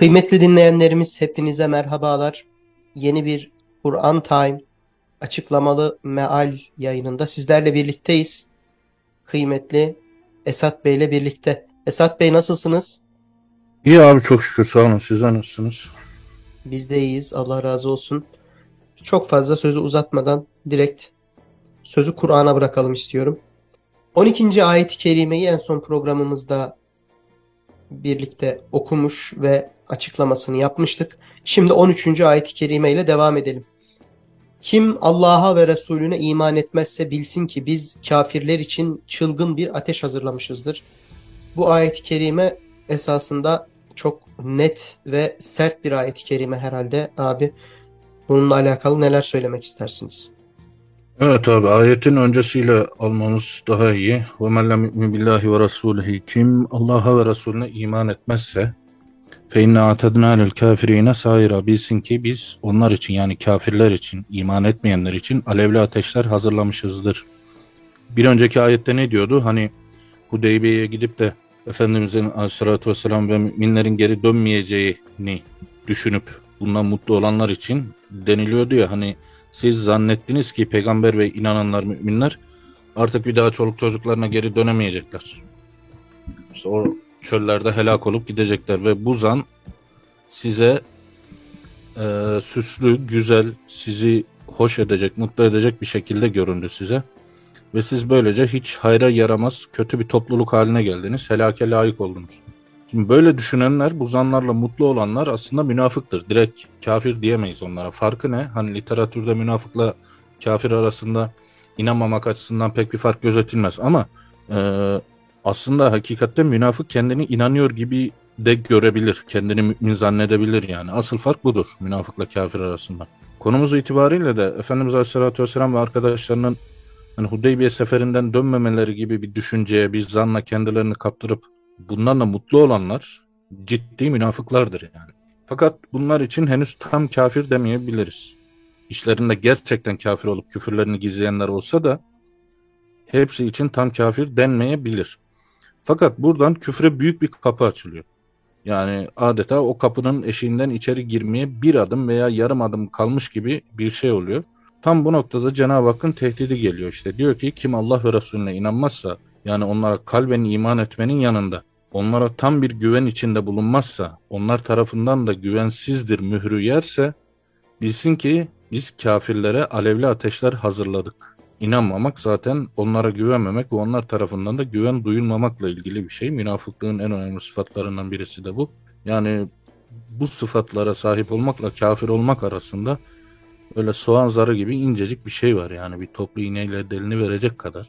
Kıymetli dinleyenlerimiz hepinize merhabalar. Yeni bir Kur'an Time açıklamalı meal yayınında sizlerle birlikteyiz. Kıymetli Esat Bey ile birlikte. Esat Bey nasılsınız? İyi abi çok şükür sağ olun. Sizler nasılsınız? Biz de iyiyiz. Allah razı olsun. Çok fazla sözü uzatmadan direkt sözü Kur'an'a bırakalım istiyorum. 12. ayet-i kerimeyi en son programımızda birlikte okumuş ve açıklamasını yapmıştık. Şimdi 13. ayet-i kerime ile devam edelim. Kim Allah'a ve Resulüne iman etmezse bilsin ki biz kafirler için çılgın bir ateş hazırlamışızdır. Bu ayet-i kerime esasında çok net ve sert bir ayet-i kerime herhalde abi. Bununla alakalı neler söylemek istersiniz? Evet abi ayetin öncesiyle almamız daha iyi. Ve men lem yu'min billahi ve rasulihi. Kim Allah'a ve Resulüne iman etmezse fe inna atedna lil kafirine saira. Bilsin ki biz onlar için yani kafirler için, iman etmeyenler için alevli ateşler hazırlamışızdır. Bir önceki ayette ne diyordu? Hani Hudeybiye'ye gidip de Efendimizin aleyhissalatü vesselam ve müminlerin geri dönmeyeceğini düşünüp bundan mutlu olanlar için deniliyordu ya, hani siz zannettiniz ki peygamber ve inananlar, müminler artık bir daha çoluk çocuklarına geri dönemeyecekler. İşte o çöllerde helak olup gidecekler ve bu zan size süslü, güzel, sizi hoş edecek, mutlu edecek bir şekilde göründü size. Ve siz böylece hiç hayra yaramaz kötü bir topluluk haline geldiniz. Helake layık oldunuz. Şimdi böyle düşünenler, bu zanlarla mutlu olanlar aslında münafıktır. Direkt kafir diyemeyiz onlara. Farkı ne? Hani literatürde münafıkla kafir arasında inanmamak açısından pek bir fark gözetilmez. Ama e, aslında hakikatte münafık kendini inanıyor gibi de görebilir. Kendini mümin zannedebilir yani. Asıl fark budur münafıkla kafir arasında. Konumuz itibariyle de Efendimiz Aleyhisselatü Vesselam ve arkadaşlarının hani Hudeybiye seferinden dönmemeleri gibi bir düşünceye, bir zanla kendilerini kaptırıp bunlarla mutlu olanlar ciddi münafıklardır yani. Fakat bunlar için henüz tam kafir demeyebiliriz. İşlerinde gerçekten kafir olup küfürlerini gizleyenler olsa da hepsi için tam kafir denmeyebilir. Fakat buradan küfre büyük bir kapı açılıyor. Yani adeta o kapının eşiğinden içeri girmeye bir adım veya yarım adım kalmış gibi bir şey oluyor. Tam bu noktada Cenab-ı Hakk'ın tehdidi geliyor işte. Diyor ki kim Allah ve Resulüne inanmazsa, yani onlara kalben iman etmenin yanında onlara tam bir güven içinde bulunmazsa, onlar tarafından da güvensizdir mührü yerse, bilsin ki biz kafirlere alevli ateşler hazırladık. İnanmamak zaten onlara güvenmemek ve onlar tarafından da güven duyulmamakla ilgili bir şey. Münafıklığın en önemli sıfatlarından birisi de bu. Yani bu sıfatlara sahip olmakla kafir olmak arasında öyle soğan zarı gibi incecik bir şey var. Yani bir toplu iğneyle delini verecek kadar.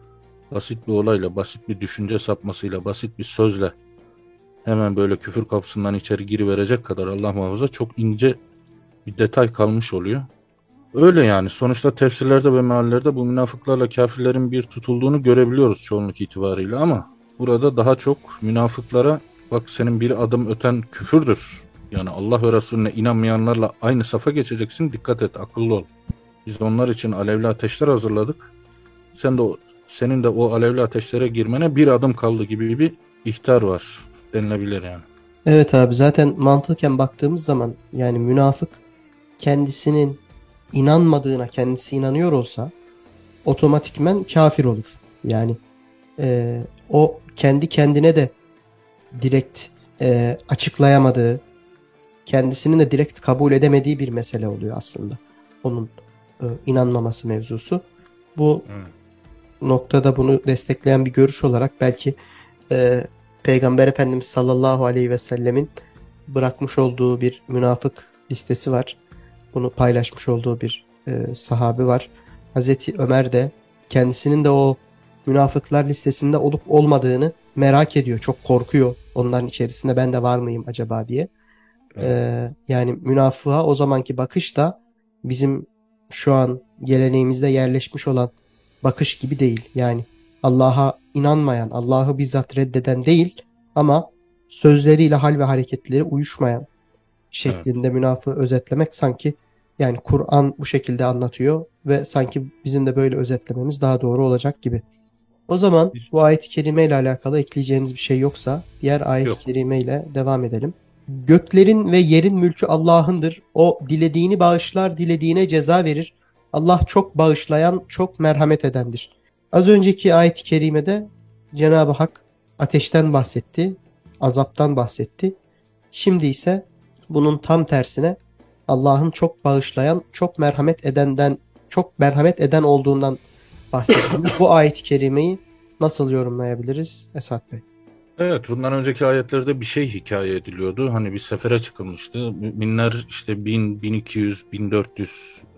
Basit bir olayla, basit bir düşünce sapmasıyla, basit bir sözle hemen böyle küfür kapısından içeri giriverecek kadar Allah muhafaza çok ince bir detay kalmış oluyor. Öyle yani. Sonuçta tefsirlerde ve meallerde bu münafıklarla kafirlerin bir tutulduğunu görebiliyoruz çoğunluk itibariyle, ama burada daha çok münafıklara bak senin bir adım öten küfürdür. Yani Allah ve Resulüne inanmayanlarla aynı safa geçeceksin. Dikkat et, akıllı ol. Biz onlar için alevli ateşler hazırladık. Senin de o alevli ateşlere girmene bir adım kaldı gibi bir ihtar var denilebilir yani. Evet abi, zaten mantıken baktığımız zaman yani münafık kendisinin inanmadığına kendisi inanıyor olsa otomatikmen kafir olur. Yani o kendi kendine de direkt açıklayamadığı, kendisinin de direkt kabul edemediği bir mesele oluyor aslında. Onun inanmaması mevzusu. Bu Evet. noktada bunu destekleyen bir görüş olarak belki e, Peygamber Efendimiz sallallahu aleyhi ve sellemin bırakmış olduğu bir münafık listesi var. Bunu paylaşmış olduğu bir sahabi var. Hazreti Ömer de kendisinin de o münafıklar listesinde olup olmadığını merak ediyor. Çok korkuyor. Onların içerisinde ben de var mıyım acaba diye. Evet. Yani münafığa o zamanki bakış da bizim şu an geleneğimizde yerleşmiş olan bakış gibi değil. Yani Allah'a inanmayan, Allah'ı bizzat reddeden değil ama sözleriyle hal ve hareketleri uyuşmayan Evet. şeklinde münafığı özetlemek sanki yani Kur'an bu şekilde anlatıyor ve sanki bizim de böyle özetlememiz daha doğru olacak gibi. O zaman bu ayet-i kerime ile alakalı ekleyeceğiniz bir şey yoksa diğer ayet-i Yok. kerime ile devam edelim. Göklerin ve yerin mülkü Allah'ındır. O dilediğini bağışlar, dilediğine ceza verir. Allah çok bağışlayan, çok merhamet edendir. Az önceki ayet-i kerimede Cenab-ı Hak ateşten bahsetti, azaptan bahsetti. Şimdi ise bunun tam tersine Allah'ın çok bağışlayan, çok merhamet eden olduğundan bahsediyor. Bu ayet-i kerimeyi nasıl yorumlayabiliriz Esat Bey? Evet, bundan önceki ayetlerde bir şey hikaye ediliyordu. Hani bir sefere çıkılmıştı. Müminler işte 1000, 1200, 1400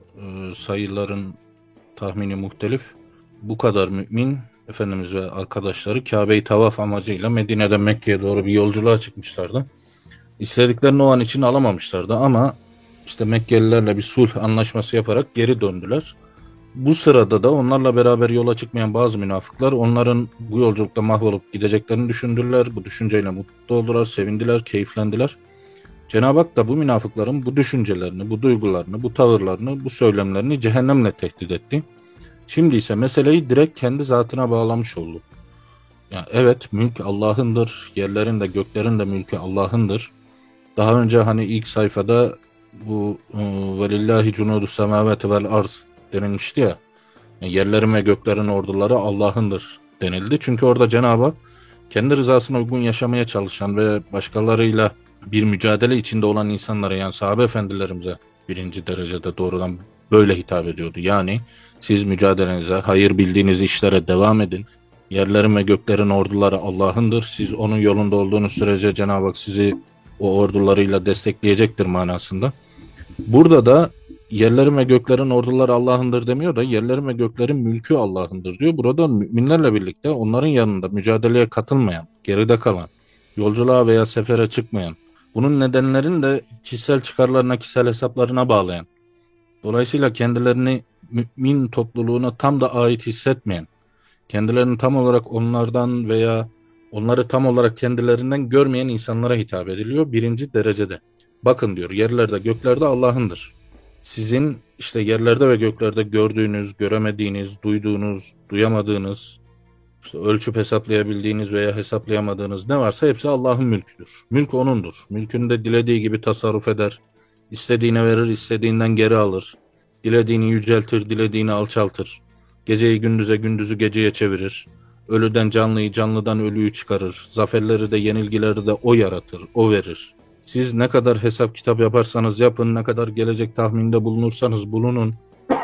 sayıların tahmini muhtelif. Bu kadar mümin, Efendimiz ve arkadaşları Kabe'yi tavaf amacıyla Medine'den Mekke'ye doğru bir yolculuğa çıkmışlardı. İstediklerini o an için alamamışlardı ama işte Mekkelilerle bir sulh anlaşması yaparak geri döndüler. Bu sırada da onlarla beraber yola çıkmayan bazı münafıklar onların bu yolculukta mahvolup gideceklerini düşündüler. Bu düşünceyle mutlu oldular, sevindiler, keyiflendiler. Cenab-ı Hak da bu münafıkların bu düşüncelerini, bu duygularını, bu tavırlarını, bu söylemlerini cehennemle tehdit etti. Şimdi ise meseleyi direkt kendi zatına bağlamış oldu. Yani evet, mülk Allah'ındır, yerlerin de göklerin de mülkü Allah'ındır. Daha önce hani ilk sayfada bu velillahi cunudu semavati vel arz denilmişti ya. Yani yerlerin ve göklerin orduları Allah'ındır denildi. Çünkü orada Cenab-ı Hak kendi rızasına uygun yaşamaya çalışan ve başkalarıyla bir mücadele içinde olan insanlara, yani sahabe efendilerimize birinci derecede doğrudan böyle hitap ediyordu. Yani siz mücadelenize, hayır bildiğiniz işlere devam edin. Yerlerin ve göklerin orduları Allah'ındır. Siz onun yolunda olduğunuz sürece Cenab-ı Hak sizi o ordularıyla destekleyecektir manasında. Burada da yerlerin ve göklerin orduları Allah'ındır demiyor da yerlerin ve göklerin mülkü Allah'ındır diyor. Burada müminlerle birlikte onların yanında mücadeleye katılmayan, geride kalan, yolculuğa veya sefere çıkmayan, bunun nedenlerini de kişisel çıkarlarına, kişisel hesaplarına bağlayan, dolayısıyla kendilerini mümin topluluğuna tam da ait hissetmeyen, kendilerini tam olarak onlardan veya onları tam olarak kendilerinden görmeyen insanlara hitap ediliyor birinci derecede. Bakın diyor, yerlerde göklerde Allah'ındır. Sizin işte yerlerde ve göklerde gördüğünüz, göremediğiniz, duyduğunuz, duyamadığınız, işte ölçüp hesaplayabildiğiniz veya hesaplayamadığınız ne varsa hepsi Allah'ın mülküdür. Mülk O'nundur. Mülkünde dilediği gibi tasarruf eder. İstediğine verir, istediğinden geri alır. Dilediğini yüceltir, dilediğini alçaltır. Geceyi gündüze, gündüzü geceye çevirir. Ölüden canlıyı, canlıdan ölüyü çıkarır. Zaferleri de yenilgileri de O yaratır, O verir. Siz ne kadar hesap kitap yaparsanız yapın, ne kadar gelecek tahminde bulunursanız bulunun.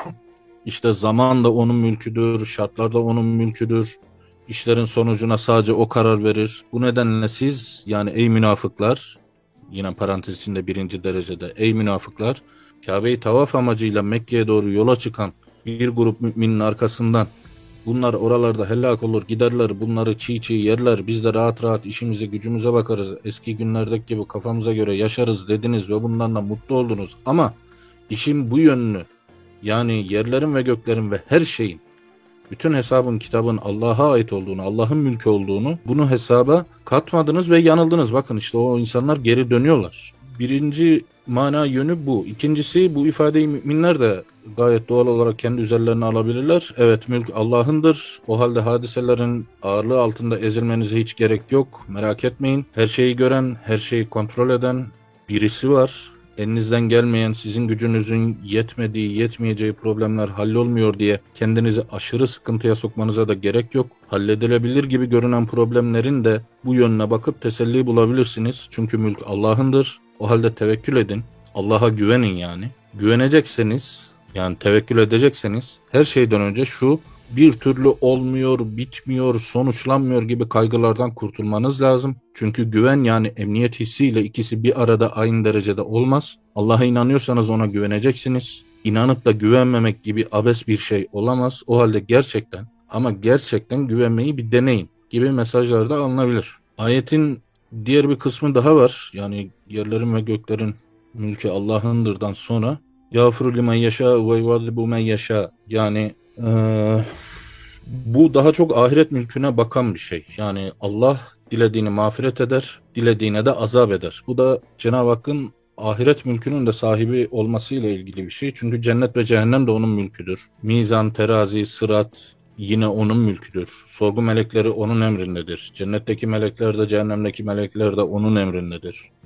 İşte zaman da onun mülküdür, şartlar da onun mülküdür. İşlerin sonucuna sadece O karar verir. Bu nedenle siz, yani ey münafıklar, yine parantez içinde birinci derecede, ey münafıklar, Kabe'yi tavaf amacıyla Mekke'ye doğru yola çıkan bir grup müminin arkasından bunlar oralarda helak olur giderler, bunları çiğ çiğ yerler, biz de rahat rahat işimize gücümüze bakarız, eski günlerdeki gibi kafamıza göre yaşarız dediniz ve bundan da mutlu oldunuz. Ama işin bu yönünü, yani yerlerin ve göklerin ve her şeyin, bütün hesabın kitabın Allah'a ait olduğunu, Allah'ın mülkü olduğunu, bunu hesaba katmadınız ve yanıldınız. Bakın işte o insanlar geri dönüyorlar. Birinci mana yönü bu. İkincisi, bu ifadeyi müminler de gayet doğal olarak kendi üzerlerine alabilirler. Evet, mülk Allah'ındır. O halde hadiselerin ağırlığı altında ezilmenize hiç gerek yok. Merak etmeyin. Her şeyi gören, her şeyi kontrol eden birisi var. Elinizden gelmeyen, sizin gücünüzün yetmediği, yetmeyeceği problemler hallolmuyor diye kendinizi aşırı sıkıntıya sokmanıza da gerek yok. Halledilebilir gibi görünen problemlerin de bu yönüne bakıp teselli bulabilirsiniz. Çünkü mülk Allah'ındır. O halde tevekkül edin. Allah'a güvenin yani. Güvenecekseniz, yani tevekkül edecekseniz her şeyden önce şu: bir türlü olmuyor, bitmiyor, sonuçlanmıyor gibi kaygılardan kurtulmanız lazım. Çünkü güven, yani emniyet hissiyle ikisi bir arada aynı derecede olmaz. Allah'a inanıyorsanız ona güveneceksiniz. İnanıp da güvenmemek gibi abes bir şey olamaz. O halde gerçekten, ama gerçekten güvenmeyi bir deneyin gibi mesajlar da alınabilir. Ayetin diğer bir kısmı daha var. Yani yerlerin ve göklerin mülkü Allah'ındırdan sonra yağfiru limen yaşa ve yuazzibu men yaşa, yani bu daha çok ahiret mülküne bakan bir şey. Yani Allah dilediğini mağfiret eder, dilediğine de azap eder. Bu da Cenab-ı Hakk'ın ahiret mülkünün de sahibi olmasıyla ilgili bir şey. Çünkü cennet ve cehennem de onun mülküdür. Mizan, terazi, sırat yine onun mülküdür. Sorgu melekleri onun emrindedir. Cennetteki melekler de cehennemdeki melekler de onun emrindedir.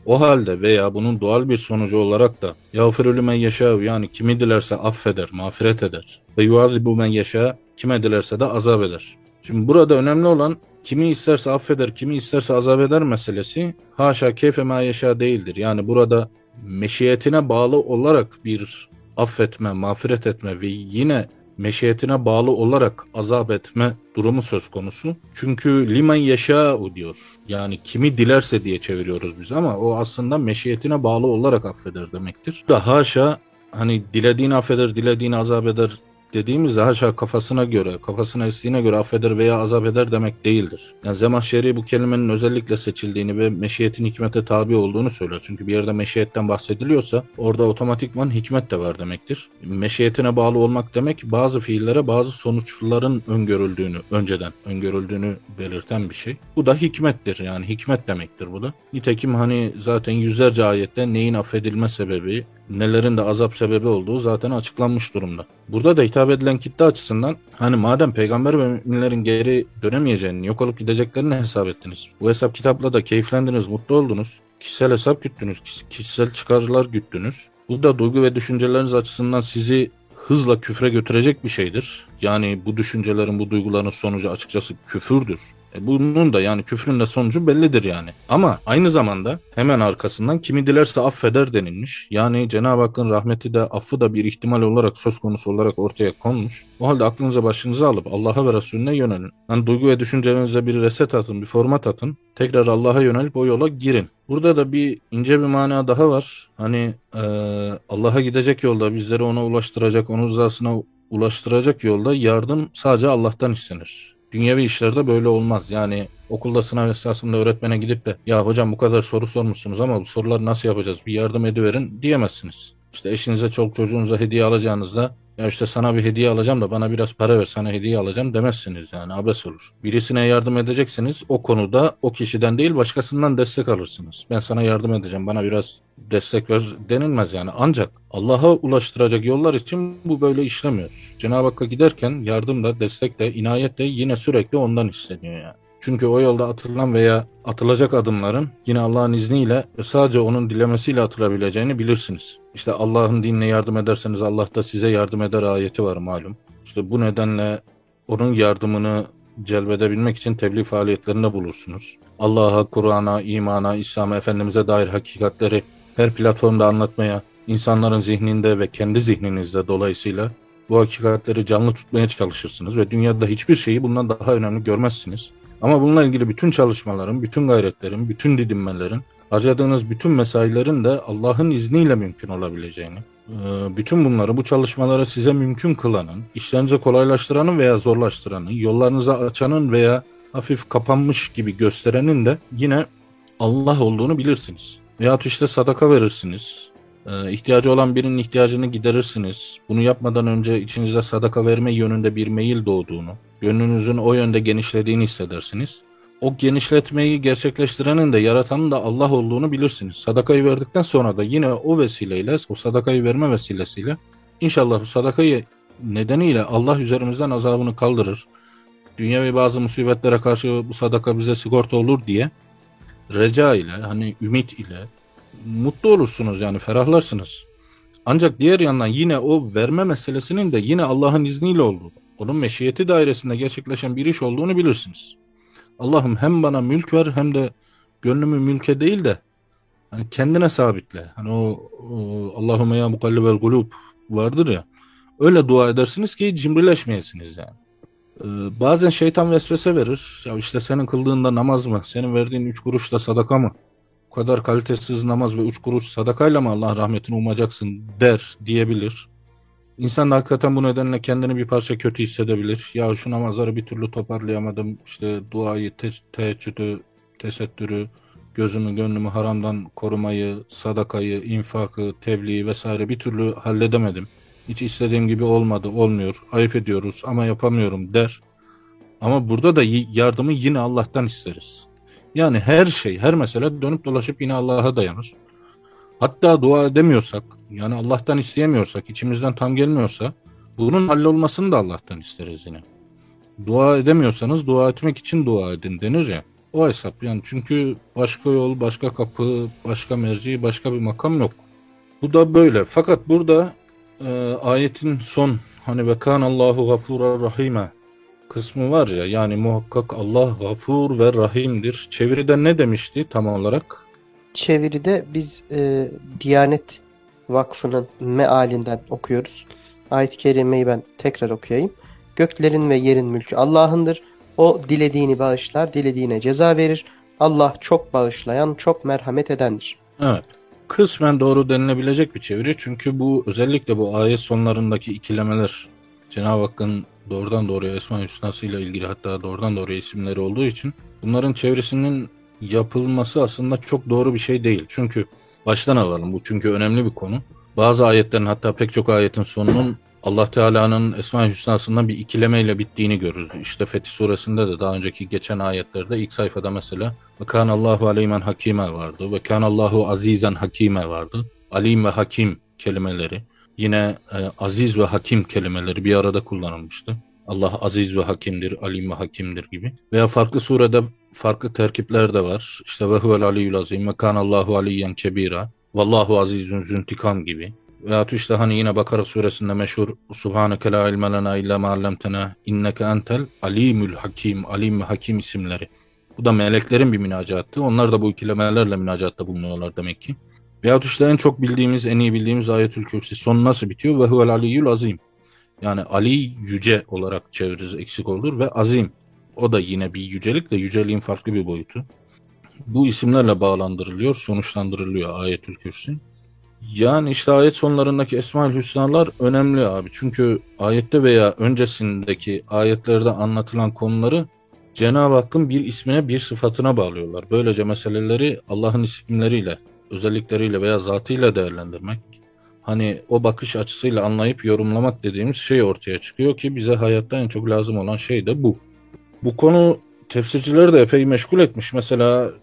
O halde veya bunun doğal bir sonucu olarak da yağfirulü men yeşâ, yani kimi dilerse affeder, mağfiret eder. Ve yuazibu men yeşâ, kime dilerse de azap eder. Şimdi burada önemli olan kimi isterse affeder, kimi isterse azap eder meselesi haşa keyfe ma yeşâ değildir. Yani burada meşiyetine bağlı olarak bir affetme, mağfiret etme ve yine meşiyetine bağlı olarak azap etme durumu söz konusu. Çünkü limen yeşâ'u diyor. Yani kimi dilerse diye çeviriyoruz biz ama o aslında meşiyetine bağlı olarak affeder demektir. Da haşa hani dilediğini affeder, dilediğini azap eder dediğimizde haşa kafasına göre, kafasına estiğine göre affeder veya azap eder demek değildir. Yani Zemahşeri bu kelimenin özellikle seçildiğini ve meşiyetin hikmete tabi olduğunu söylüyor. Çünkü bir yerde meşiyetten bahsediliyorsa orada otomatikman hikmet de var demektir. Meşiyetine bağlı olmak demek bazı fiillere bazı sonuçların önceden öngörüldüğünü belirten bir şey. Bu da hikmettir, yani hikmet demektir bu da. Nitekim hani zaten yüzlerce ayette neyin affedilme sebebi, nelerin de azap sebebi olduğu zaten açıklanmış durumda. Burada da hitap edilen kitle açısından hani madem peygamber ve müminlerin geri dönemeyeceğini, yok olup gideceklerini hesap ettiniz. Bu hesap kitapla da keyiflendiniz, mutlu oldunuz. Kişisel hesap güttünüz, kişisel çıkarlar güttünüz. Bu da duygu ve düşünceleriniz açısından sizi hızla küfre götürecek bir şeydir. Yani bu düşüncelerin, bu duyguların sonucu açıkçası küfürdür. Bunun da yani küfrün de sonucu bellidir yani. Ama aynı zamanda hemen arkasından kimi dilerse affeder denilmiş. Yani Cenab-ı Hakk'ın rahmeti de affı da bir ihtimal olarak söz konusu olarak ortaya konmuş. O halde aklınıza başınıza alıp Allah'a ve Resulüne yönelin. Hani duygu ve düşüncelerinize bir reset atın, bir format atın. Tekrar Allah'a yönelip o yola girin. Burada da bir ince bir mana daha var. Hani Allah'a gidecek yolda bizleri ona ulaştıracak, onun rızasına ulaştıracak yolda yardım sadece Allah'tan istenir. Dünyevi işlerde böyle olmaz. Yani okulda sınav esnasında öğretmene gidip de ya hocam bu kadar soru sormuşsunuz ama bu soruları nasıl yapacağız, bir yardım ediverin diyemezsiniz. İşte eşinize, çoluk çocuğunuza hediye alacağınızda ya işte sana bir hediye alacağım da bana biraz para ver, sana hediye alacağım demezsiniz, yani abes olur. Birisine yardım edeceksiniz, o konuda o kişiden değil başkasından destek alırsınız. Ben sana yardım edeceğim, bana biraz destek ver denilmez yani. Ancak Allah'a ulaştıracak yollar için bu böyle işlemiyor. Cenab-ı Hakk'a giderken yardım da, destek de, inayet de yine sürekli ondan isteniyor yani. Çünkü o yolda atılan veya atılacak adımların yine Allah'ın izniyle sadece onun dilemesiyle atılabileceğini bilirsiniz. İşte Allah'ın dinine yardım ederseniz Allah da size yardım eder ayeti var malum. İşte bu nedenle onun yardımını celbedebilmek için tebliğ faaliyetlerinde bulursunuz. Allah'a, Kur'an'a, imana, İslam'a, Efendimiz'e dair hakikatleri her platformda anlatmaya, insanların zihninde ve kendi zihninizde dolayısıyla bu hakikatleri canlı tutmaya çalışırsınız ve dünyada hiçbir şeyi bundan daha önemli görmezsiniz. Ama bununla ilgili bütün çalışmaların, bütün gayretlerin, bütün didinmelerin, harcadığınız bütün mesailerin de Allah'ın izniyle mümkün olabileceğini, bütün bunları, bu çalışmaları size mümkün kılanın, işlerinizi kolaylaştıranın veya zorlaştıranın, yollarınızı açanın veya hafif kapanmış gibi gösterenin de yine Allah olduğunu bilirsiniz. Veyahut işte sadaka verirsiniz. İhtiyacı olan birinin ihtiyacını giderirsiniz. Bunu yapmadan önce içinizde sadaka verme yönünde bir meyil doğduğunu, gönlünüzün o yönde genişlediğini hissedersiniz. O genişletmeyi gerçekleştirenin de, yaratanın da Allah olduğunu bilirsiniz. Sadakayı verdikten sonra da yine o vesileyle, o sadakayı verme vesilesiyle inşallah bu sadakayı nedeniyle Allah üzerimizden azabını kaldırır. Dünyevi bazı musibetlere karşı bu sadaka bize sigorta olur diye reca ile, hani ümit ile mutlu olursunuz, yani ferahlarsınız. Ancak diğer yandan yine o verme meselesinin de yine Allah'ın izniyle olduğu, onun meşiyeti dairesinde gerçekleşen bir iş olduğunu bilirsiniz. Allah'ım hem bana mülk ver hem de gönlümü mülke değil de hani kendine sabitle. Hani o Allahümme ya mukallibel kulub vardır ya. Öyle dua edersiniz ki cimrileşmeyesiniz yani. Bazen şeytan vesvese verir. Ya işte senin kıldığında namaz mı? Senin verdiğin 3 kuruş da sadaka mı? Bu kadar kalitesiz namaz ve 3 kuruş sadakayla mı Allah'ın rahmetini umacaksın der diyebilir. İnsan da hakikaten bu nedenle kendini bir parça kötü hissedebilir. Ya şu namazları bir türlü toparlayamadım. İşte duayı, teheccüdü, tesettürü, gözümü, gönlümü haramdan korumayı, sadakayı, infakı, tebliği vesaire bir türlü halledemedim. Hiç istediğim gibi olmadı, olmuyor. Ayıp ediyoruz ama yapamıyorum der. Ama burada da yardımı yine Allah'tan isteriz. Yani her şey, her mesele dönüp dolaşıp yine Allah'a dayanır. Hatta dua edemiyorsak, yani Allah'tan isteyemiyorsak, içimizden tam gelmiyorsa, bunun hallolmasını da Allah'tan isteriz yine. Dua edemiyorsanız dua etmek için dua edin denir ya. O hesap yani, çünkü başka yol, başka kapı, başka merci, başka bir makam yok. Bu da böyle. Fakat burada ayetin son, hani ve Allahu gafura rahime kısmı var ya, yani muhakkak Allah gafur ve rahimdir. Çeviride ne demişti tam olarak? Çeviride biz Diyanet Vakfı'nın mealinden okuyoruz. Ayet-i Kerime'yi ben tekrar okuyayım. Göklerin ve yerin mülkü Allah'ındır. O dilediğini bağışlar, dilediğine ceza verir. Allah çok bağışlayan, çok merhamet edendir. Evet. Kısmen doğru denilebilecek bir çeviri. Çünkü bu, özellikle bu ayet sonlarındaki ikilemeler Cenab-ı Hakk'ın doğrudan doğruya Esma-i Hüsnası ile ilgili, hatta doğrudan doğruya isimleri olduğu için bunların çevirisinin yapılması aslında çok doğru bir şey değil. Çünkü baştan alalım, bu çünkü önemli bir konu. Bazı ayetlerin, hatta pek çok ayetin sonunun Allah Teala'nın Esma-i Hüsnasından bir ikilemeyle bittiğini görürüz. İşte Fetih Suresinde de, daha önceki geçen ayetlerde ilk sayfada mesela ve kânallâhu aleymen hakîme vardı ve kânallâhu azîzen hakîme vardı. Alim ve hakim kelimeleri, yine aziz ve hakim kelimeleri bir arada kullanılmıştı. Allah aziz ve hakimdir, alim ve hakimdir gibi. Veya farklı surede farklı terkipler de var. İşte ve huvel aliyyul azim ve kânallâhu aliyyen kebîra vallahu azizun züntikam gibi. Veyahut işte hani yine Bakara suresinde meşhur Subhaneke la ilme lena illa ma allamtena inneke entel alimül hakim, alim ve hakim isimleri. Bu da meleklerin bir münacaatı. Onlar da bu ikilemelerle münacaatta bulunuyorlar demek ki. Veyahut işte en çok bildiğimiz, en iyi bildiğimiz Ayetül Kürsi sonu nasıl bitiyor? Ve huvel aliyyül azim. Yani Ali yüce olarak çeviririz, eksik olur, ve azim. O da yine bir yücelik de, yüceliğin farklı bir boyutu. Bu isimlerle bağlandırılıyor, sonuçlandırılıyor Ayetül Kürsi. Yani işte ayet sonlarındaki Esma-ül Hüsnalar önemli abi. Çünkü ayette veya öncesindeki ayetlerde anlatılan konuları Cenab-ı Hakk'ın bir ismine, bir sıfatına bağlıyorlar. Böylece meseleleri Allah'ın isimleriyle, özellikleriyle veya zatıyla değerlendirmek, hani o bakış açısıyla anlayıp yorumlamak dediğimiz şey ortaya çıkıyor ki bize hayatta en çok lazım olan şey de bu. Bu konu tefsircileri de epey meşgul etmiş. Mesela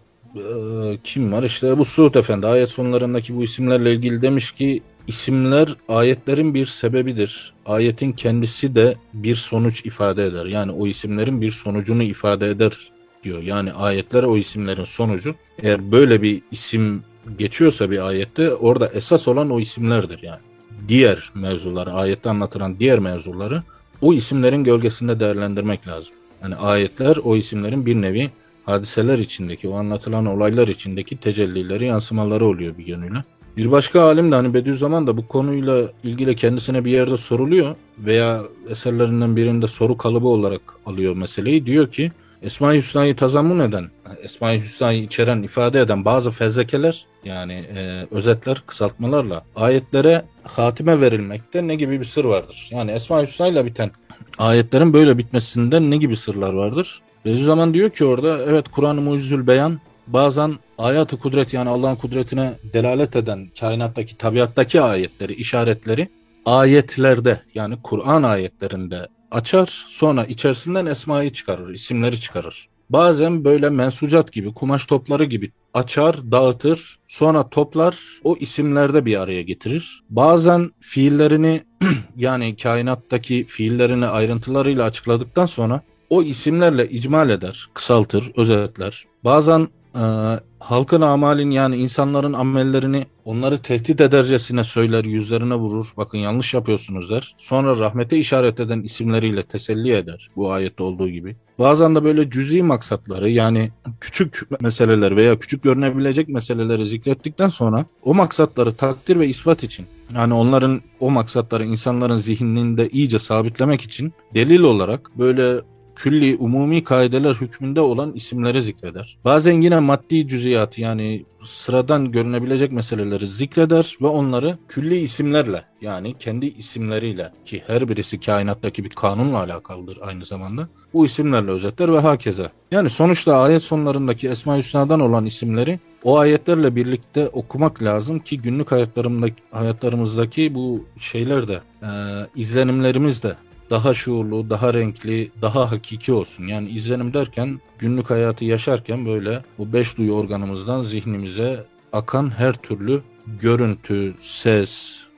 kim var? İşte Ebu Suud Efendi ayet sonlarındaki bu isimlerle ilgili demiş ki isimler ayetlerin bir sebebidir. Ayetin kendisi de bir sonuç ifade eder. Yani o isimlerin bir sonucunu ifade eder diyor. Yani ayetler o isimlerin sonucu. Eğer böyle bir isim geçiyorsa bir ayette, orada esas olan o isimlerdir yani. Diğer mevzuları, ayette anlatılan diğer mevzuları o isimlerin gölgesinde değerlendirmek lazım. Yani ayetler o isimlerin bir nevi hadiseler içindeki, o anlatılan olaylar içindeki tecellileri, yansımaları oluyor bir yönüyle. Bir başka alim de, hani Bediüzzaman da bu konuyla ilgili kendisine bir yerde soruluyor veya eserlerinden birinde soru kalıbı olarak alıyor meseleyi. Diyor ki Esma-i Hüsna'yı tazammun eden, Esma-i Hüsna'yı içeren, ifade eden bazı fezlekeler, yani özetler, kısaltmalarla ayetlere hatime verilmekte ne gibi bir sır vardır? Yani Esma-i Hüsna ile biten ayetlerin böyle bitmesinden ne gibi sırlar vardır? Bediüzzaman diyor ki orada, evet, Kur'an-ı Mucizül Beyan bazen ayat-ı kudret, yani Allah'ın kudretine delalet eden kainattaki, tabiattaki ayetleri, işaretleri ayetlerde, yani Kur'an ayetlerinde açar, sonra içerisinden esmayı çıkarır, isimleri çıkarır. Bazen böyle mensucat gibi, kumaş topları gibi açar, dağıtır, sonra toplar, o isimlerde bir araya getirir. Bazen fiillerini yani kainattaki fiillerini ayrıntılarıyla açıkladıktan sonra o isimlerle icmal eder, kısaltır, özetler. Bazen halkın amalin, yani insanların amellerini onları tehdit edercesine söyler, yüzlerine vurur. Bakın yanlış yapıyorsunuz der. Sonra rahmete işaret eden isimleriyle teselli eder. Bu ayette olduğu gibi. Bazen de böyle cüz'i maksatları, yani küçük meseleler veya küçük görünebilecek meseleleri zikrettikten sonra o maksatları takdir ve ispat için, yani onların, o maksatları insanların zihninde iyice sabitlemek için delil olarak böyle külli, umumi kaideler hükmünde olan isimleri zikreder. Bazen yine maddi cüziyatı, yani sıradan görünebilecek meseleleri zikreder ve onları külli isimlerle, yani kendi isimleriyle, ki her birisi kainattaki bir kanunla alakalıdır aynı zamanda, bu isimlerle özetler ve hakeza. Yani sonuçta ayet sonlarındaki Esma-i Hüsna'dan olan isimleri o ayetlerle birlikte okumak lazım ki günlük hayatlarımızdaki bu şeyler de, izlenimlerimiz de daha şuurlu, daha renkli, daha hakiki olsun. Yani izlenim derken günlük hayatı yaşarken böyle bu 5 duyu organımızdan zihnimize akan her türlü görüntü, ses,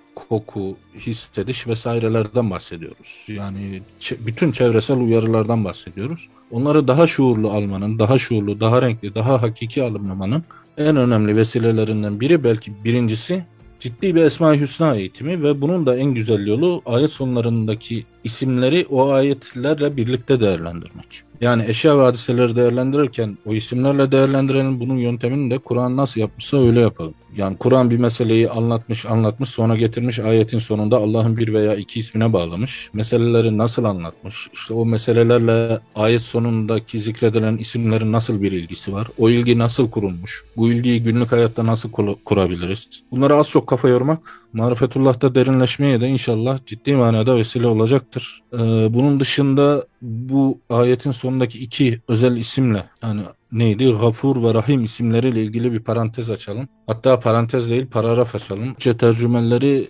koku, hissediş vesairelerden bahsediyoruz. Yani bütün çevresel uyarılardan bahsediyoruz. Onları daha şuurlu almanın, daha şuurlu, daha renkli, daha hakiki alımlamanın en önemli vesilelerinden biri, belki birincisi, ciddi bir Esma-i Hüsna eğitimi ve bunun da en güzel yolu ayet sonlarındaki isimleri o ayetlerle birlikte değerlendirmek. Yani eşya ve hadiseleri değerlendirirken o isimlerle değerlendirenin bunun yöntemini de Kur'an nasıl yapmışsa öyle yapalım. Yani Kur'an bir meseleyi anlatmış sonra getirmiş ayetin sonunda Allah'ın bir veya iki ismine bağlamış. Meseleleri nasıl anlatmış? İşte o meselelerle ayet sonundaki zikredilen isimlerin nasıl bir ilgisi var? O ilgi nasıl kurulmuş? Bu ilgiyi günlük hayatta nasıl kurabiliriz? Bunları az çok kafa yormak, marifetullah'ta derinleşmeye de inşallah ciddi manada vesile olacaktır. Bunun dışında bu ayetin sonundaki iki özel isimle, yani neydi? Gafur ve Rahim isimleriyle ilgili bir parantez açalım. Hatta parantez değil, paragraf açalım. Türkçe tercümeleri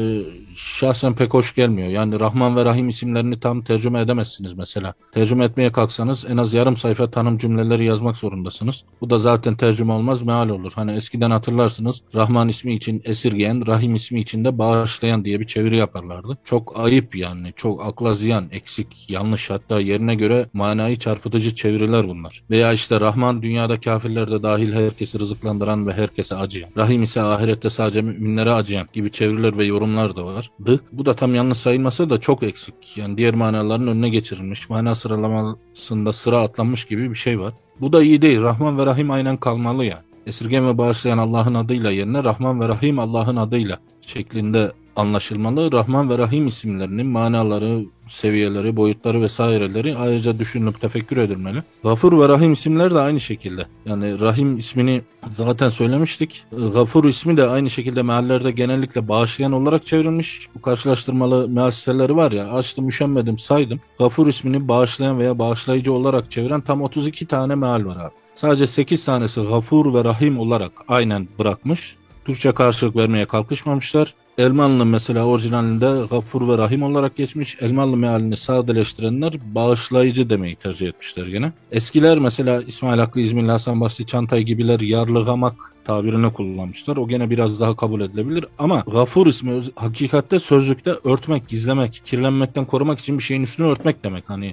şahsen pek hoş gelmiyor. Yani Rahman ve Rahim isimlerini tam tercüme edemezsiniz mesela. Tercüme etmeye kalksanız en az yarım sayfa tanım cümleleri yazmak zorundasınız. Bu da zaten tercüme olmaz, meal olur. Hani eskiden hatırlarsınız, Rahman ismi için esirgeyen, Rahim ismi için de bağışlayan diye bir çeviri yaparlardı. Çok ayıp yani. Çok akla ziyan, eksik, yanlış, hatta yerine göre manayı çarpıtıcı çeviriler bunlar. Veya işte Rahman dünyada kafirler de dahil herkesi rızıklandıran ve herkese acıyan. Rahim ise ahirette sadece müminlere acıyan gibi çeviriler ve yorumlar da vardı. Bu da tam yanlış sayılmasa da çok eksik. Yani diğer manaların önüne geçirilmiş, mana sıralamasında sıra atlanmış gibi bir şey var. Bu da iyi değil. Rahman ve Rahim aynen kalmalı yani. Esirgen ve bağışlayan Allah'ın adıyla yerine Rahman ve Rahim Allah'ın adıyla şeklinde anlaşılmalı. Rahman ve Rahim isimlerinin manaları, seviyeleri, boyutları vesaireleri ayrıca düşünülüp tefekkür edilmeli. Gafur ve Rahim isimler de aynı şekilde. Yani Rahim ismini zaten söylemiştik. Gafur ismi de aynı şekilde meallerde genellikle bağışlayan olarak çevrilmiş. Bu karşılaştırmalı meal siteleri var ya, açtım üşenmedim saydım. Gafur ismini bağışlayan veya bağışlayıcı olarak çeviren tam 32 tane meal var abi. Sadece 8 tanesi Gafur ve Rahim olarak aynen bırakmış. Türkçe karşılık vermeye kalkışmamışlar. Elmalı mesela orijinalinde Gafur ve Rahim olarak geçmiş. Elmalı mealini sadeleştirenler bağışlayıcı demeyi tercih etmişler gene. Eskiler mesela İsmail Hakkı, İzmirli Hasan Basri, Çantay gibiler yarlıgamak tabirini kullanmışlar. O gene biraz daha kabul edilebilir. Ama Gafur ismi hakikatte sözlükte örtmek, gizlemek, kirlenmekten korumak için bir şeyin üstünü örtmek demek. Hani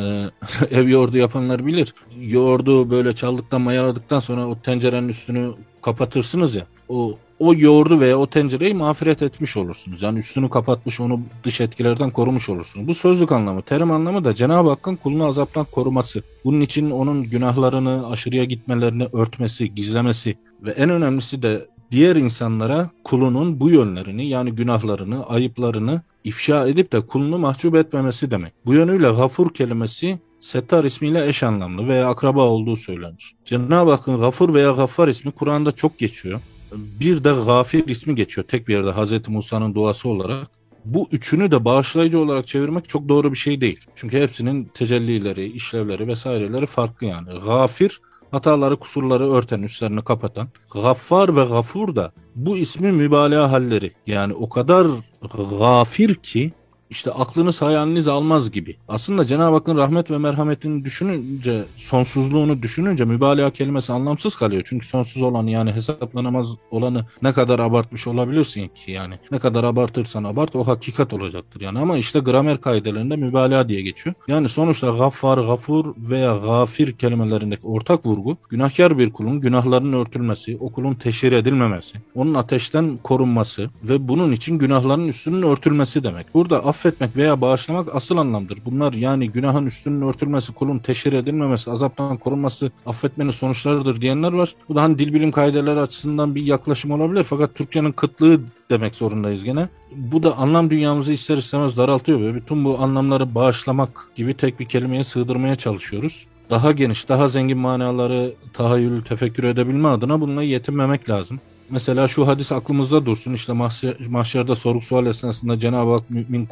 ev yoğurdu yapanlar bilir. Yoğurdu böyle çaldıktan, mayaladıktan sonra o tencerenin üstünü kapatırsınız ya. O yoğurdu veya o tencereyi mağfiret etmiş olursunuz. Yani üstünü kapatmış, onu dış etkilerden korumuş olursunuz. Bu sözlük anlamı. Terim anlamı da Cenab-ı Hakk'ın kulunu azaptan koruması. Bunun için onun günahlarını, aşırıya gitmelerini örtmesi, gizlemesi ve en önemlisi de diğer insanlara kulunun bu yönlerini, yani günahlarını, ayıplarını ifşa edip de kulunu mahcup etmemesi demek. Bu yönüyle Gafur kelimesi Settar ismiyle eş anlamlı veya akraba olduğu söylenir. Cenab-ı Hakk'ın Gafur veya Gaffar ismi Kur'an'da çok geçiyor. Bir de Gafir ismi geçiyor tek bir yerde Hz. Musa'nın duası olarak. Bu üçünü de bağışlayıcı olarak çevirmek çok doğru bir şey değil. Çünkü hepsinin tecellileri, işlevleri vesaireleri farklı yani. Gafir, hataları, kusurları örten, üstlerini kapatan. Gaffar ve Gafur da bu ismi mübalağa halleri. Yani o kadar gafir ki işte aklınız hayaliniz almaz gibi. Aslında Cenab-ı Hakk'ın rahmet ve merhametini düşününce, sonsuzluğunu düşününce mübalağa kelimesi anlamsız kalıyor. Çünkü sonsuz olanı, yani hesaplanamaz olanı ne kadar abartmış olabilirsin ki yani. Ne kadar abartırsan abart o hakikat olacaktır yani. Ama işte gramer kaidelerinde mübalağa diye geçiyor. Yani sonuçta gaffar, gafur veya gafir kelimelerindeki ortak vurgu günahkar bir kulun günahlarının örtülmesi, o kulun teşhir edilmemesi, onun ateşten korunması ve bunun için günahların üstünün örtülmesi demek. Burada affetmek veya bağışlamak asıl anlamdır. Bunlar yani günahın üstünün örtülmesi, kulun teşhir edilmemesi, azaptan korunması affetmenin sonuçlarıdır diyenler var. Bu da hani dil bilim kaideleri açısından bir yaklaşım olabilir fakat Türkçenin kıtlığı demek zorundayız gene. Bu da anlam dünyamızı ister istemez daraltıyor ve bütün bu anlamları bağışlamak gibi tek bir kelimeye sığdırmaya çalışıyoruz. Daha geniş, daha zengin manaları tahayyül, tefekkür edebilme adına bununla yetinmemek lazım. Mesela şu hadis aklımızda dursun. İşte mahşerde sorgu sual esnasında Cenab-ı Hak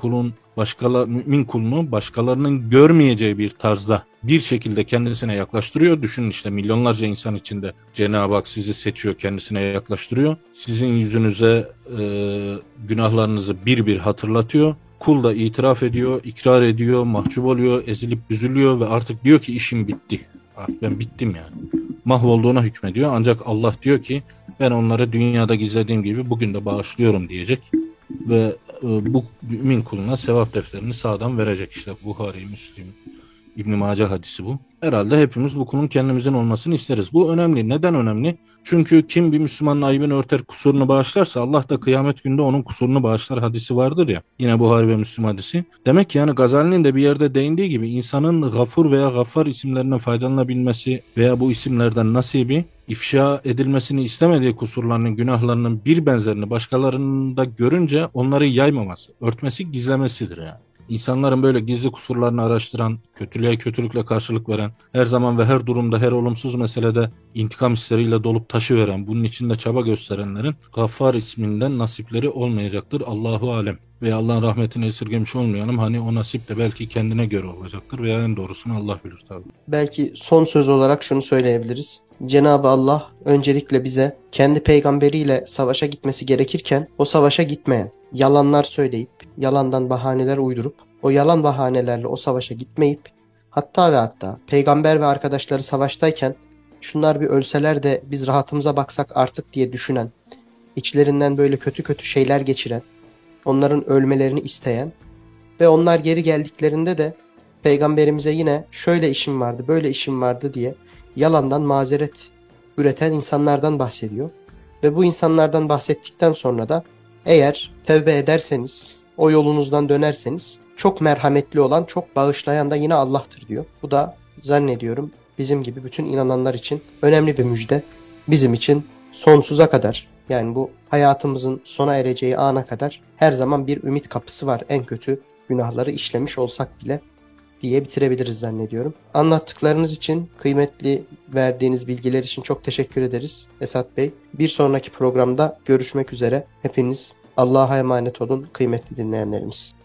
mümin kulunu başkalarının görmeyeceği bir tarzda bir şekilde kendisine yaklaştırıyor. Düşünün işte milyonlarca insan içinde Cenab-ı Hak sizi seçiyor, kendisine yaklaştırıyor. Sizin yüzünüze günahlarınızı bir bir hatırlatıyor. Kul da itiraf ediyor, ikrar ediyor, mahcup oluyor, ezilip büzülüyor ve artık diyor ki işim bitti. Artık ben bittim yani. Mahvolduğuna hükmediyor. Ancak Allah diyor ki ben onları dünyada gizlediğim gibi bugün de bağışlıyorum diyecek. ve bu mümin kuluna sevap defterini sağdan verecek. İşte Buhari, Müslim, İbn Mace hadisi bu. Herhalde hepimiz bu kulun kendimizin olmasını isteriz. Bu önemli. Neden önemli? Çünkü kim bir Müslümanın ayıbını örter, kusurunu bağışlarsa Allah da kıyamet günde onun kusurunu bağışlar hadisi vardır ya. Yine Buhari ve Müslim hadisi. Demek ki yani Gazali'nin de bir yerde değindiği gibi insanın Gafur veya Gaffar isimlerinden faydalanabilmesi veya bu isimlerden nasibi ifşa edilmesini istemediği kusurlarının, günahlarının bir benzerini başkalarında görünce onları yaymaması, örtmesi, gizlemesidir yani. İnsanların böyle gizli kusurlarını araştıran, kötülüğe kötülükle karşılık veren, her zaman ve her durumda, her olumsuz meselede intikam hisleriyle dolup taşıveren, bunun için de çaba gösterenlerin Gaffar isminden nasipleri olmayacaktır. Allahu alem. Ve Allah'ın rahmetini esirgemiş olmayalım. Hani o nasip de belki kendine göre olacaktır veya en doğrusunu Allah bilir tabii. Belki son söz olarak şunu söyleyebiliriz. Cenab-ı Allah öncelikle bize kendi peygamberiyle savaşa gitmesi gerekirken o savaşa gitmeyen, yalanlar söyleyip, yalandan bahaneler uydurup, o yalan bahanelerle o savaşa gitmeyip, hatta ve hatta peygamber ve arkadaşları savaştayken şunlar bir ölseler de biz rahatımıza baksak artık diye düşünen, içlerinden böyle kötü kötü şeyler geçiren, onların ölmelerini isteyen ve onlar geri geldiklerinde de peygamberimize yine şöyle işim vardı, böyle işim vardı diye yalandan mazeret üreten insanlardan bahsediyor. Ve bu insanlardan bahsettikten sonra da eğer tevbe ederseniz, o yolunuzdan dönerseniz çok merhametli olan, çok bağışlayan da yine Allah'tır diyor. Bu da zannediyorum bizim gibi bütün inananlar için önemli bir müjde. Bizim için sonsuza kadar, yani bu hayatımızın sona ereceği ana kadar her zaman bir ümit kapısı var. En kötü günahları işlemiş olsak bile diye bitirebiliriz zannediyorum. Anlattıklarınız için, kıymetli verdiğiniz bilgiler için çok teşekkür ederiz Esat Bey. Bir sonraki programda görüşmek üzere. Hepiniz Allah'a emanet olun kıymetli dinleyenlerimiz.